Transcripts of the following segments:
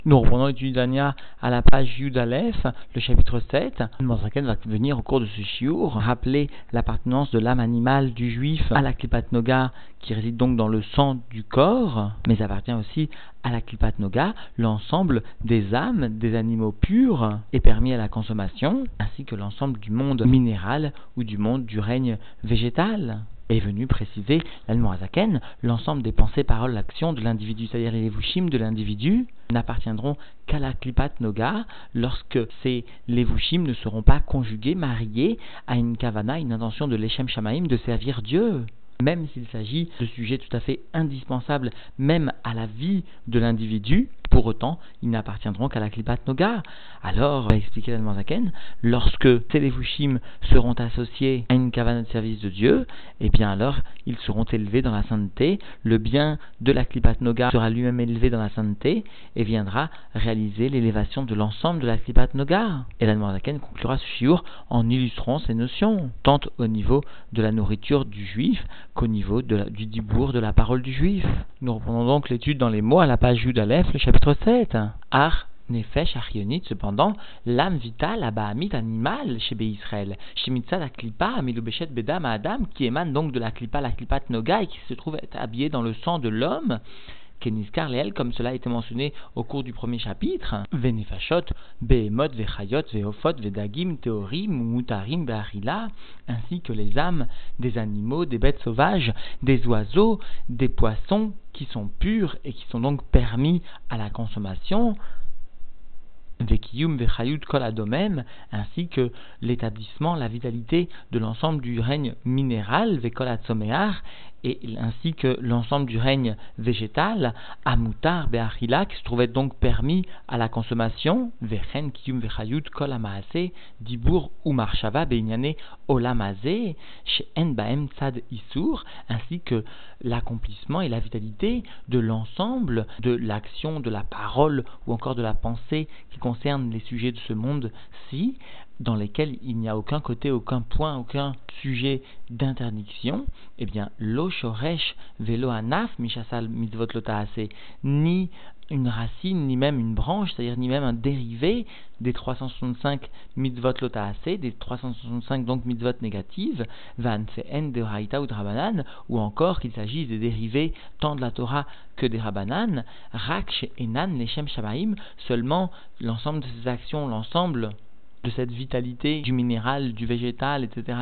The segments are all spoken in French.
Nous reprenons l'étude d'Ania à la page Yud Aleph, le chapitre 7. Le Mozaken va venir au cours de ce shiur rappeler l'appartenance de l'âme animale du juif à la Klipat Noga qui réside donc dans le sang du corps, mais appartient aussi à la Klipat Noga l'ensemble des âmes des animaux purs et permis à la consommation, ainsi que l'ensemble du monde minéral ou du monde du règne végétal. Est venu préciser l'Almorazaken, l'ensemble des pensées, paroles, actions de l'individu, c'est-à-dire les levushim de l'individu, n'appartiendront qu'à la Klipat Noga lorsque ces levushim ne seront pas conjugués, mariés à une kavana, une intention de l'Eshem Shamaim, de servir Dieu. Même s'il s'agit de sujets tout à fait indispensables, même à la vie de l'individu, pour autant, ils n'appartiendront qu'à la Klipat Noga. Alors, va expliquer l'Almorazaken, lorsque ces levushim seront associés à une kavana de service de Dieu, eh bien alors, ils seront élevés dans la sainteté, le bien de la Klipat Noga sera lui-même élevé dans la sainteté, et viendra réaliser l'élévation de l'ensemble de la Klipat Noga. Et l'Almorazaken conclura ce shiur en illustrant ces notions, tant au niveau de la nourriture du juif, qu'au niveau du dibour de la parole du juif. Nous reprenons donc l'étude dans les mots à la page Yud Aleph, le chapitre 7. Ar Nefesh Achionit, cependant, l'âme vitale, abahamite, animale, chez Israël, chez Mitzad Aklipa, Amilubeshet Bedam Adam, qui émane donc de la Klipat Noga et qui se trouve habillée dans le sang de l'homme, Keniskar Leel, comme cela a été mentionné au cours du premier chapitre, Venefashot, Behemot, Vechayot, Vehofot, Vedagim, Teorim, Mutarim, Beharila, ainsi que les âmes des animaux, des bêtes sauvages, des oiseaux, des poissons qui sont purs et qui sont donc permis à la consommation, Vekiyum Vechayut Kol Adomem, ainsi que l'établissement, la vitalité de l'ensemble du règne minéral, Vekol Atzomear, et ainsi que l'ensemble du règne végétal, Amutar Beachila, qui se trouvait donc permis à la consommation, Vechen Kiyum Vechayut Kol Amaase, Dibur ou Marshava Beinyane Olamase, She'en Baem Tzad Isur, ainsi que l'accomplissement et la vitalité de l'ensemble de l'action, de la parole ou encore de la pensée qui concerne les sujets de ce monde-ci, dans lesquels il n'y a aucun côté, aucun point, aucun sujet d'interdiction, eh bien, lo shoresh velo anaf mishasal mitzvot lotaase, ni une racine, ni même une branche, c'est-à-dire ni même un dérivé des 365 mitzvot lotaase, des 365 donc mitzvot négatives, van fe'en de raïta ou de rabanan, ou encore qu'il s'agisse des dérivés tant de la Torah que des rabanan, rak she'enan leshem shamaim, seulement l'ensemble de ces actions, l'ensemble de cette vitalité du minéral, du végétal, etc.,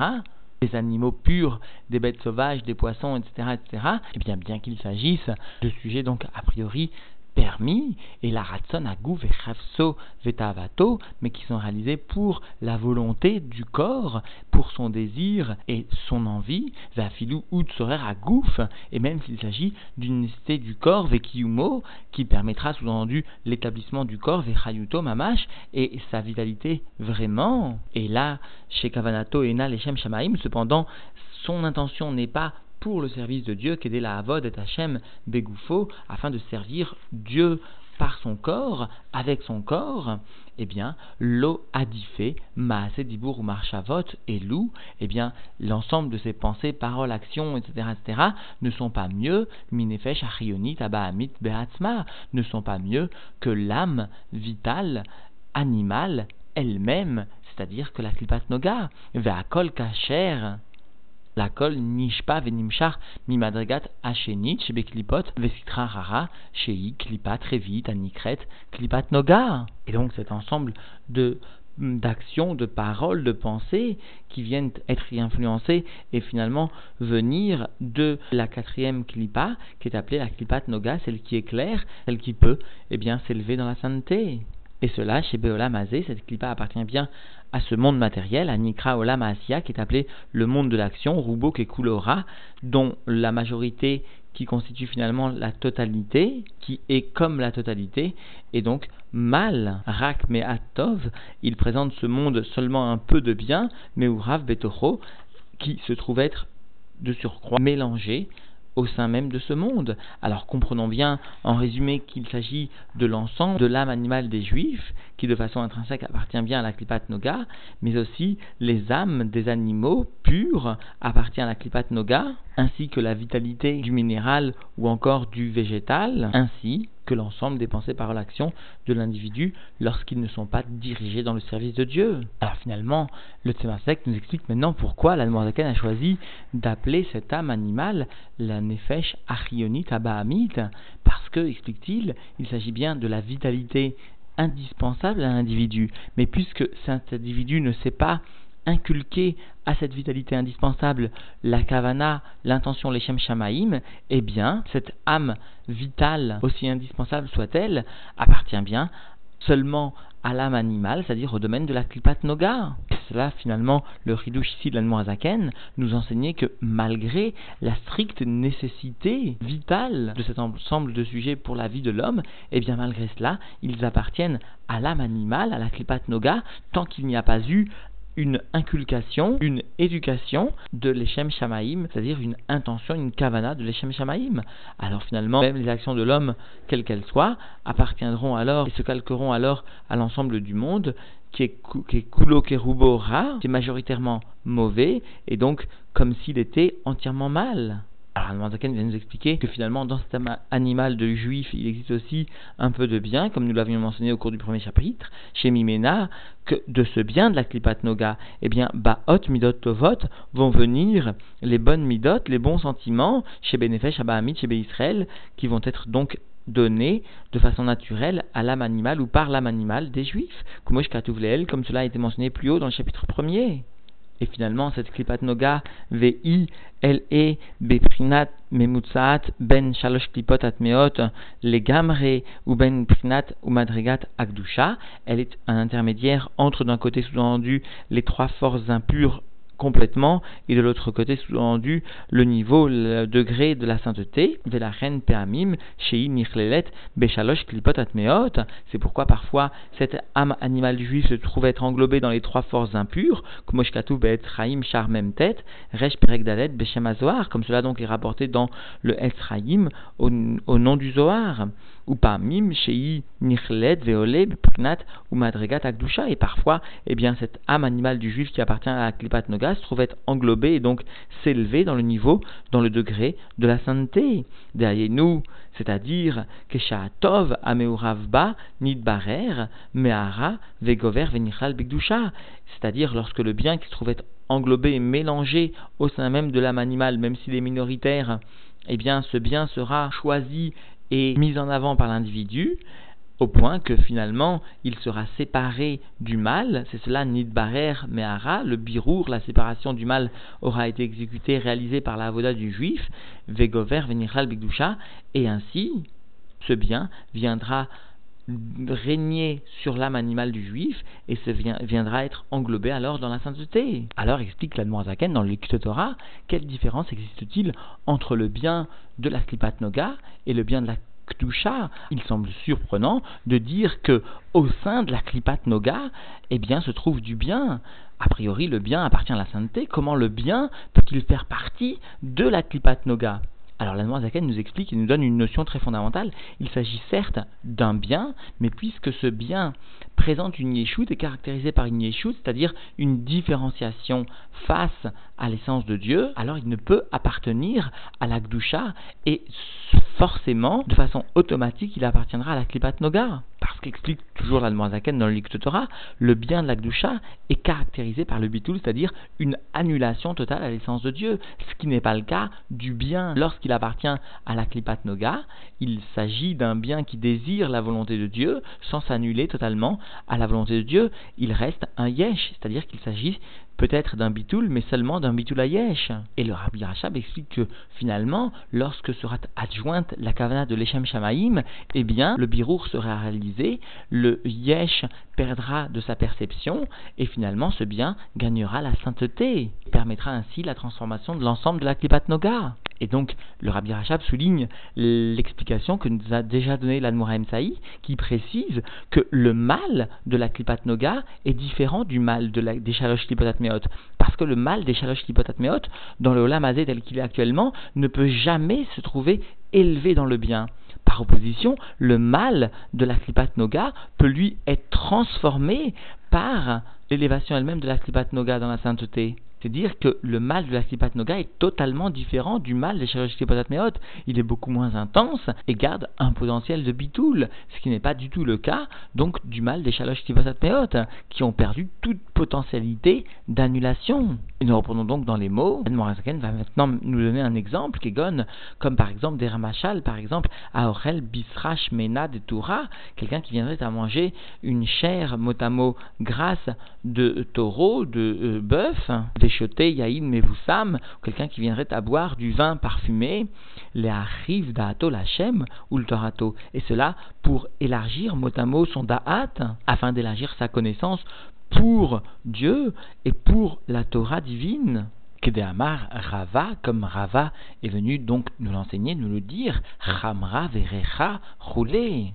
des animaux purs, des bêtes sauvages, des poissons, etc., et bien qu'il s'agisse de sujets donc a priori permis, et la ratson agou vechavso vetavato, mais qui sont réalisés pour la volonté du corps, pour son désir et son envie, vafilou ut sorer agouf, et même s'il s'agit d'une nécessité du corps, vekiyumo, qui permettra sous-entendu l'établissement du corps, vechayuto mamash, et sa vitalité vraiment. Et là, chez Kavanato Ena Leshem Shamaim, cependant, son intention n'est pas pour le service de Dieu, qu'aider la Havod et Hachem Begoufo, afin de servir Dieu par son corps, avec son corps, eh bien, lo adifé, maase dibur ou marchavot et lou, eh bien, l'ensemble de ces pensées, paroles, actions, etc., ne sont pas mieux, minefesh achionit abahamit behatzma, ne sont pas mieux que l'âme vitale, animale, elle-même, c'est-à-dire que la Klipat Noga, ve'akol kacher, la kol nishpa venimshar mimadregat ashenit shebeklipot vesitra rara shei klipat revit anikret klipat noga. Et donc cet ensemble d'actions, de paroles, de pensées qui viennent être influencées et finalement venir de la quatrième klipa qui est appelée la klipat noga, celle qui éclaire, celle qui peut s'élever dans la sainteté. Et cela, chez Beolam Hazé, cette klipa appartient bien à ce monde matériel, à Nikra Olam Asiya, qui est appelé le monde de l'action, Rubo Kekulora, dont la majorité qui constitue finalement la totalité, qui est comme la totalité, et donc mal, Rak Me'atov, il présente ce monde seulement un peu de bien, mais Urav Betocho, qui se trouve être de surcroît mélangé au sein même de ce monde. Alors comprenons bien en résumé qu'il s'agit de l'ensemble de l'âme animale des Juifs, qui de façon intrinsèque appartient bien à la Klipat Noga, mais aussi les âmes des animaux purs appartiennent à la Klipat Noga, ainsi que la vitalité du minéral ou encore du végétal, ainsi que l'ensemble des pensées, paroles, actions de l'individu lorsqu'ils ne sont pas dirigés dans le service de Dieu. Alors finalement, le Tzemach Tzedek nous explique maintenant pourquoi l'Admorazaken a choisi d'appeler cette âme animale la Nefesh Achionit Abahamit, parce que, explique-t-il, il s'agit bien de la vitalité indispensable à l'individu, mais puisque cet individu ne sait pas inculquer à cette vitalité indispensable la kavana, l'intention, les shem shamaïm, eh bien, cette âme vitale, aussi indispensable soit-elle, appartient bien seulement à l'âme animale, c'est-à-dire au domaine de la Klipat Noga. Et cela, finalement, le Ridouche ici de l'Admorazaken nous enseignait que malgré la stricte nécessité vitale de cet ensemble de sujets pour la vie de l'homme, eh bien, malgré cela, ils appartiennent à l'âme animale, à la Klipat Noga, tant qu'il n'y a pas eu une inculcation, une éducation de l'Echem Shamaïm, c'est-à-dire une intention, une kavana de l'Echem Shamaïm. Alors finalement, même les actions de l'homme, quelles qu'elles soient, appartiendront alors et se calqueront alors à l'ensemble du monde, qui est kulo kerubo ra, qui est majoritairement mauvais, et donc comme s'il était entièrement mal. Alors, Admorazaken vient nous expliquer que finalement, dans cet animal de juif, il existe aussi un peu de bien, comme nous l'avions mentionné au cours du premier chapitre, chez Mimena, que de ce bien de la Klipat Noga, eh bien, Ba'ot Midot Tovot vont venir les bonnes Midot, les bons sentiments, chez Benefesh, Abahamit, chez Israël, qui vont être donc donnés de façon naturelle à l'âme animale ou par l'âme animale des juifs, comme cela a été mentionné plus haut dans le chapitre 1er. Et finalement, cette Klipat Noga, VI, LE, Beprinat, Memutsaat, Ben Shalosh Klipot Atmeot, Legamre, ou Ben Prinat, ou Madrigat Akdusha, elle est un intermédiaire entre d'un côté sous-entendu les trois forces impures complètement, et de l'autre côté sous-entendu le niveau, le degré de la sainteté, Velachen Peamim, Shei Nichlelet, Beshalosh Klipot Atmeot. C'est pourquoi parfois cette âme animale du juif se trouve être englobée dans les trois forces impures, Kumoshkatu Be'etzraim Shar Memtet, Resh Perek Dalet Beshem HaZohar, comme cela donc est rapporté dans le Etzraim au nom du Zohar, ou Pamim Shei Nichlet Veole Beprinat ou Madrigat Akdusha, et parfois, eh bien, cette âme animale du juif qui appartient à la Klipat Noga se trouve être englobée et donc s'élever dans le niveau, dans le degré de la sainteté. Derrière nous, c'est-à-dire que Sha'atov Ameuravba Nidbarer Me'ara Vegover Venichal Bigdusha, c'est-à-dire lorsque le bien qui se trouve être englobé et mélangé au sein même de l'âme animale, même s'il est minoritaire, eh bien ce bien sera choisi et mis en avant par l'individu, au point que finalement il sera séparé du mal. C'est cela Nidbarer Me'ara, le birour, la séparation du mal aura été exécutée, réalisée par la avoda du juif, Vegover Venichal Bigdusha, et ainsi ce bien viendra régner sur l'âme animale du juif et viendra être englobé alors dans la sainteté. Alors explique l'Admorazaken dans le Likutei Torah, quelle différence existe-t-il entre le bien de la Klipat Noga et le bien de la Kdusha? Il semble surprenant de dire que au sein de la Klipat Noga, eh bien, se trouve du bien. A priori, le bien appartient à la sainteté. Comment le bien peut-il faire partie de la Klipat Noga? Alors l'Admorazaken nous explique et nous donne une notion très fondamentale. Il s'agit certes d'un bien, mais puisque ce bien présente une yeshut, est caractérisé par une yeshut, c'est-à-dire une différenciation face à l'essence de Dieu, alors il ne peut appartenir à la Kdusha et forcément, de façon automatique, il appartiendra à la Klipat Noga. Parce qu'explique toujours l'Admorazaken dans le Likutei Torah, le bien de la Kdusha est caractérisé par le bitul, c'est-à-dire une annulation totale à l'essence de Dieu, ce qui n'est pas le cas du bien. Lorsqu'il appartient à la Klipat Noga, il s'agit d'un bien qui désire la volonté de Dieu sans s'annuler totalement à la volonté de Dieu. Il reste un yesh, c'est-à-dire qu'il s'agit peut-être d'un bitul, mais seulement d'un bitul à yesh. Et le Rabbi Rachab explique que finalement, lorsque sera adjointe la kavana de l'Echem Shamaïm, eh bien, le birour sera réalisé, le yesh perdra de sa perception, et finalement, ce bien gagnera la sainteté, et permettra ainsi la transformation de l'ensemble de la Klipat Noga. Et donc, le Rabbi Rachab souligne l'explication que nous a déjà donnée l'Admora Emsaï, qui précise que le mal de la Klipat Noga est différent du mal des Shalosh Klipot Atmeot. Parce que le mal des Shalosh Klipot Atmeot, dans le Olam Hazé tel qu'il est actuellement, ne peut jamais se trouver élevé dans le bien. Par opposition, le mal de la Klipat Noga peut lui être transformé par l'élévation elle-même de la Klipat Noga dans la sainteté. C'est-à-dire que le mal de la Klipat Noga est totalement différent du mal des Shalosh Klipotat Meot. Il est beaucoup moins intense et garde un potentiel de bitoul, ce qui n'est pas du tout le cas donc du mal des Shalosh Klipotat Meot, qui ont perdu toute potentialité d'annulation. Et nous reprenons donc dans les mots. Morazaken va maintenant nous donner un exemple, Kegon, comme par exemple des Ramachal, par exemple, Aorel Bisrash Mena de Torah, quelqu'un qui viendrait à manger une chair motamo grasse de taureau, de bœuf, des choté yaïn mevusam, quelqu'un qui viendrait à boire du vin parfumé, les arrive da'ato lachem ou le torato, et cela pour élargir motamo son da'at, afin d'élargir sa connaissance pour Dieu et pour la Torah divine. Kedeamar Rava, comme Rava est venu donc nous l'enseigner, nous le dire, Chamra verecha roulé.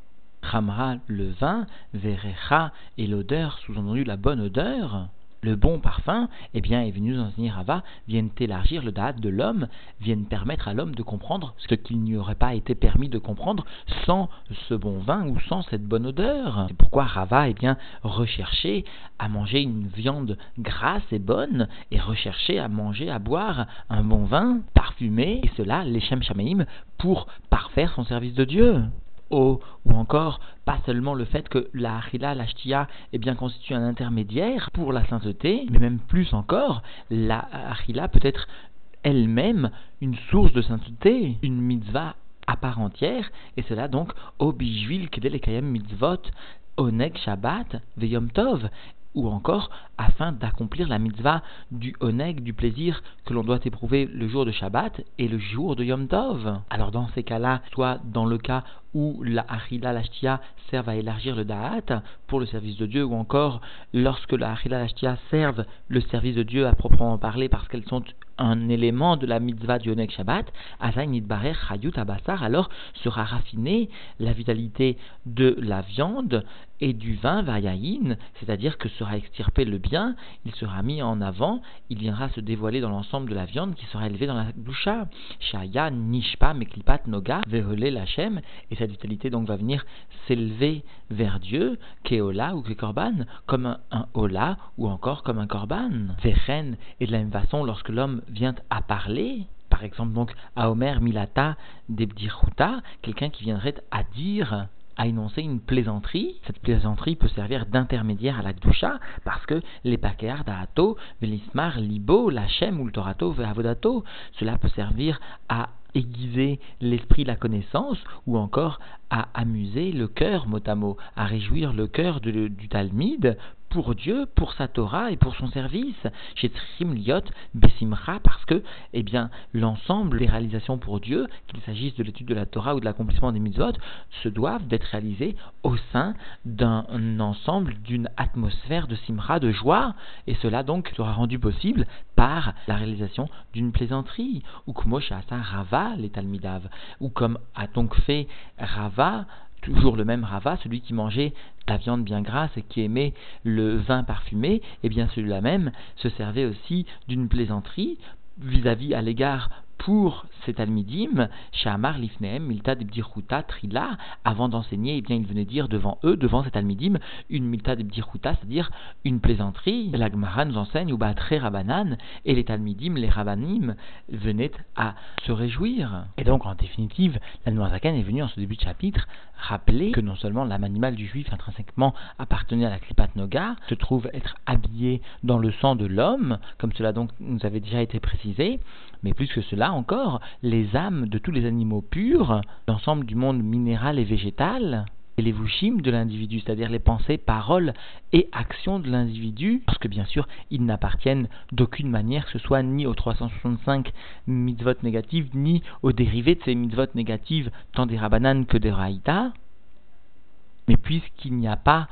Chamra le vin, verecha et l'odeur, sous-entendu la bonne odeur. Le bon parfum, eh bien, est venu nous enseigner Rava, viennent élargir le da'at de l'homme, viennent permettre à l'homme de comprendre ce qu'il n'y aurait pas été permis de comprendre sans ce bon vin ou sans cette bonne odeur. C'est pourquoi Rava, eh bien, recherchait à manger une viande grasse et bonne, et recherchait à manger, à boire un bon vin parfumé, et cela, les Shem Shamaim, pour parfaire son service de Dieu. Ou encore, pas seulement le fait que la Achila, la Shtia, eh bien, constitue un intermédiaire pour la sainteté, mais même plus encore, la Achila peut être elle-même une source de sainteté, une mitzvah à part entière, et cela donc au bijvil kedel ekayem mitzvot oneg Shabbat veyom tov, ou encore afin d'accomplir la mitzvah du oneg, du plaisir que l'on doit éprouver le jour de Shabbat et le jour de Yom Tov. Alors dans ces cas-là, soit dans le cas où la Achila, la Shtia servent à élargir le Da'at pour le service de Dieu, ou encore lorsque la Achila, la Shtia servent le service de Dieu à proprement parler parce qu'elles sont un élément de la mitzvah du Oneg Shabbat, Azayin Nidbarer Chayut Abassar, alors sera raffinée la vitalité de la viande et du vin Vayayin, c'est-à-dire que sera extirpé le bien, il sera mis en avant, il viendra se dévoiler dans l'ensemble de la viande qui sera élevée dans la doucha. Shaya Nishpa Meklipat Noga Veholé Lachem, et cette vitalité donc va venir s'élever vers Dieu, Keola ou Kekorban, comme un Ola ou encore comme un Korban. Vechen, et de la même façon, lorsque l'homme vient à parler, par exemple donc à Omer Milata Debdirhuta, quelqu'un qui viendrait à dire, à énoncer une plaisanterie. Cette plaisanterie peut servir d'intermédiaire à la Gdusha, parce que les Pakear Da'ato, Velismar, Libo, Lachem ou le Torato, Ve'avodato, cela peut servir à aiguiser l'esprit, la connaissance, ou encore à amuser le cœur, mot à mot, à réjouir le cœur du Talmide pour Dieu, pour sa Torah et pour son service. Chez Tzrim Liot Besimra, parce que, eh bien, l'ensemble des réalisations pour Dieu, qu'il s'agisse de l'étude de la Torah ou de l'accomplissement des mitzvot, se doivent d'être réalisées au sein d'un ensemble, d'une atmosphère de Simra, de joie, et cela donc sera rendu possible par la réalisation d'une plaisanterie, ou comme Shasa Rava, les Talmidav, ou comme a donc fait Rava, toujours le même Rava, celui qui mangeait la viande bien grasse et qui aimait le vin parfumé, et bien celui-là même se servait aussi d'une plaisanterie vis-à-vis à l'égard pour ces Talmidim, Shamar Lifnehem, Milta Debdirhuta, Trila, avant d'enseigner, eh bien, il venait dire devant eux, devant ces Talmidim, une Milta Debdirhuta, c'est-à-dire une plaisanterie. La Gemara nous enseigne, ou Batre Rabanan, et les Talmidim, les Rabbanim, venaient à se réjouir. Et donc, en définitive, la Noirzakan est venue en ce début de chapitre rappeler que non seulement l'âme animale du juif intrinsèquement appartenait à la Klipat Noga, se trouve être habillée dans le sang de l'homme, comme cela donc nous avait déjà été précisé, mais plus que cela encore, les âmes de tous les animaux purs, l'ensemble du monde minéral et végétal, et les vushim de l'individu, c'est-à-dire les pensées, paroles et actions de l'individu, parce que bien sûr, ils n'appartiennent d'aucune manière que ce soit ni aux 365 mitzvot négatives, ni aux dérivés de ces mitzvot négatives, tant des Rabbanan que des Raïta, mais puisqu'il n'y a pas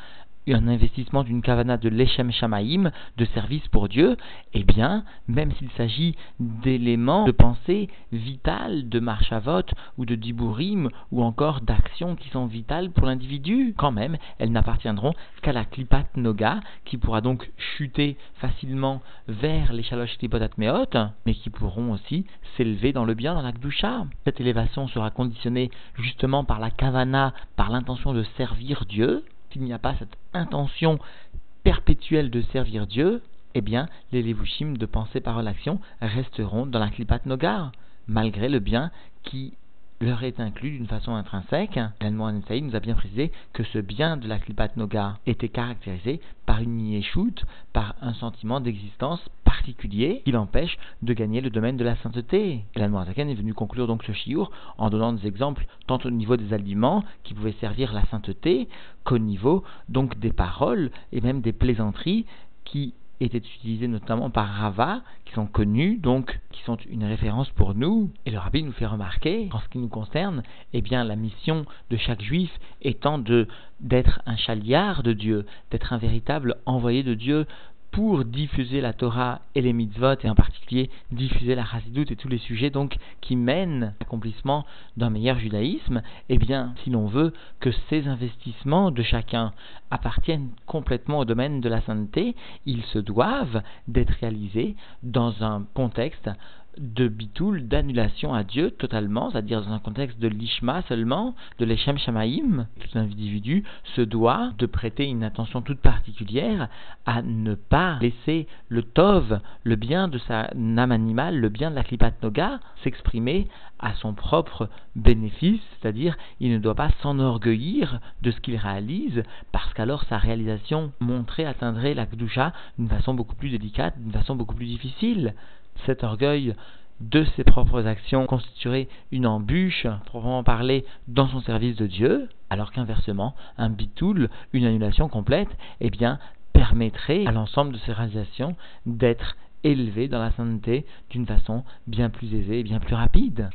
un investissement d'une kavana de Leshem Shamaïm, de service pour Dieu, eh bien, même s'il s'agit d'éléments de pensée vitales, de marchavot ou de diburim, ou encore d'actions qui sont vitales pour l'individu, quand même, elles n'appartiendront qu'à la klipat noga, qui pourra donc chuter facilement vers les shalosh klipotat meot, mais qui pourront aussi s'élever dans le bien, dans la kdusha. Cette élévation sera conditionnée justement par la kavana, par l'intention de servir Dieu. S'il n'y a pas cette intention perpétuelle de servir Dieu, eh bien, les levushim de pensée, parole, action resteront dans la klipat nogar, malgré le bien qui leur est inclus d'une façon intrinsèque. L'Anmoan Saïd nous a bien précisé que ce bien de la klipat nogar était caractérisé par une yeshut, par un sentiment d'existence particulier qui l'empêche de gagner le domaine de la sainteté. Et l'Anmoan Saïd est venu conclure donc ce shiur en donnant des exemples tant au niveau des aliments qui pouvaient servir la sainteté qu'au niveau donc des paroles et même des plaisanteries qui étaient utilisés notamment par Rava, qui sont connus, donc qui sont une référence pour nous. Et le Rabbi nous fait remarquer, en ce qui nous concerne, eh bien la mission de chaque juif étant d'être un chaliard de Dieu, d'être un véritable envoyé de Dieu pour diffuser la Torah et les mitzvot, et en particulier diffuser la chassidoute et tous les sujets donc qui mènent à l'accomplissement d'un meilleur judaïsme, eh bien, si l'on veut que ces investissements de chacun appartiennent complètement au domaine de la sainteté, ils se doivent d'être réalisés dans un contexte de bitoul, d'annulation à Dieu totalement, c'est-à-dire dans un contexte de l'ishma seulement, de l'Eshem Shamaïm. Tout individu se doit de prêter une attention toute particulière à ne pas laisser le tov, le bien de sa âme animale, le bien de la klipat noga, s'exprimer à son propre bénéfice, c'est-à-dire il ne doit pas s'enorgueillir de ce qu'il réalise, parce qu'alors sa réalisation montrée atteindrait la kedusha d'une façon beaucoup plus délicate, d'une façon beaucoup plus difficile. Cet orgueil de ses propres actions constituerait une embûche, proprement parler, dans son service de Dieu, alors qu'inversement, un bitoul, une annulation complète, eh bien, permettrait à l'ensemble de ses réalisations d'être élevé dans la sainteté d'une façon bien plus aisée et bien plus rapide.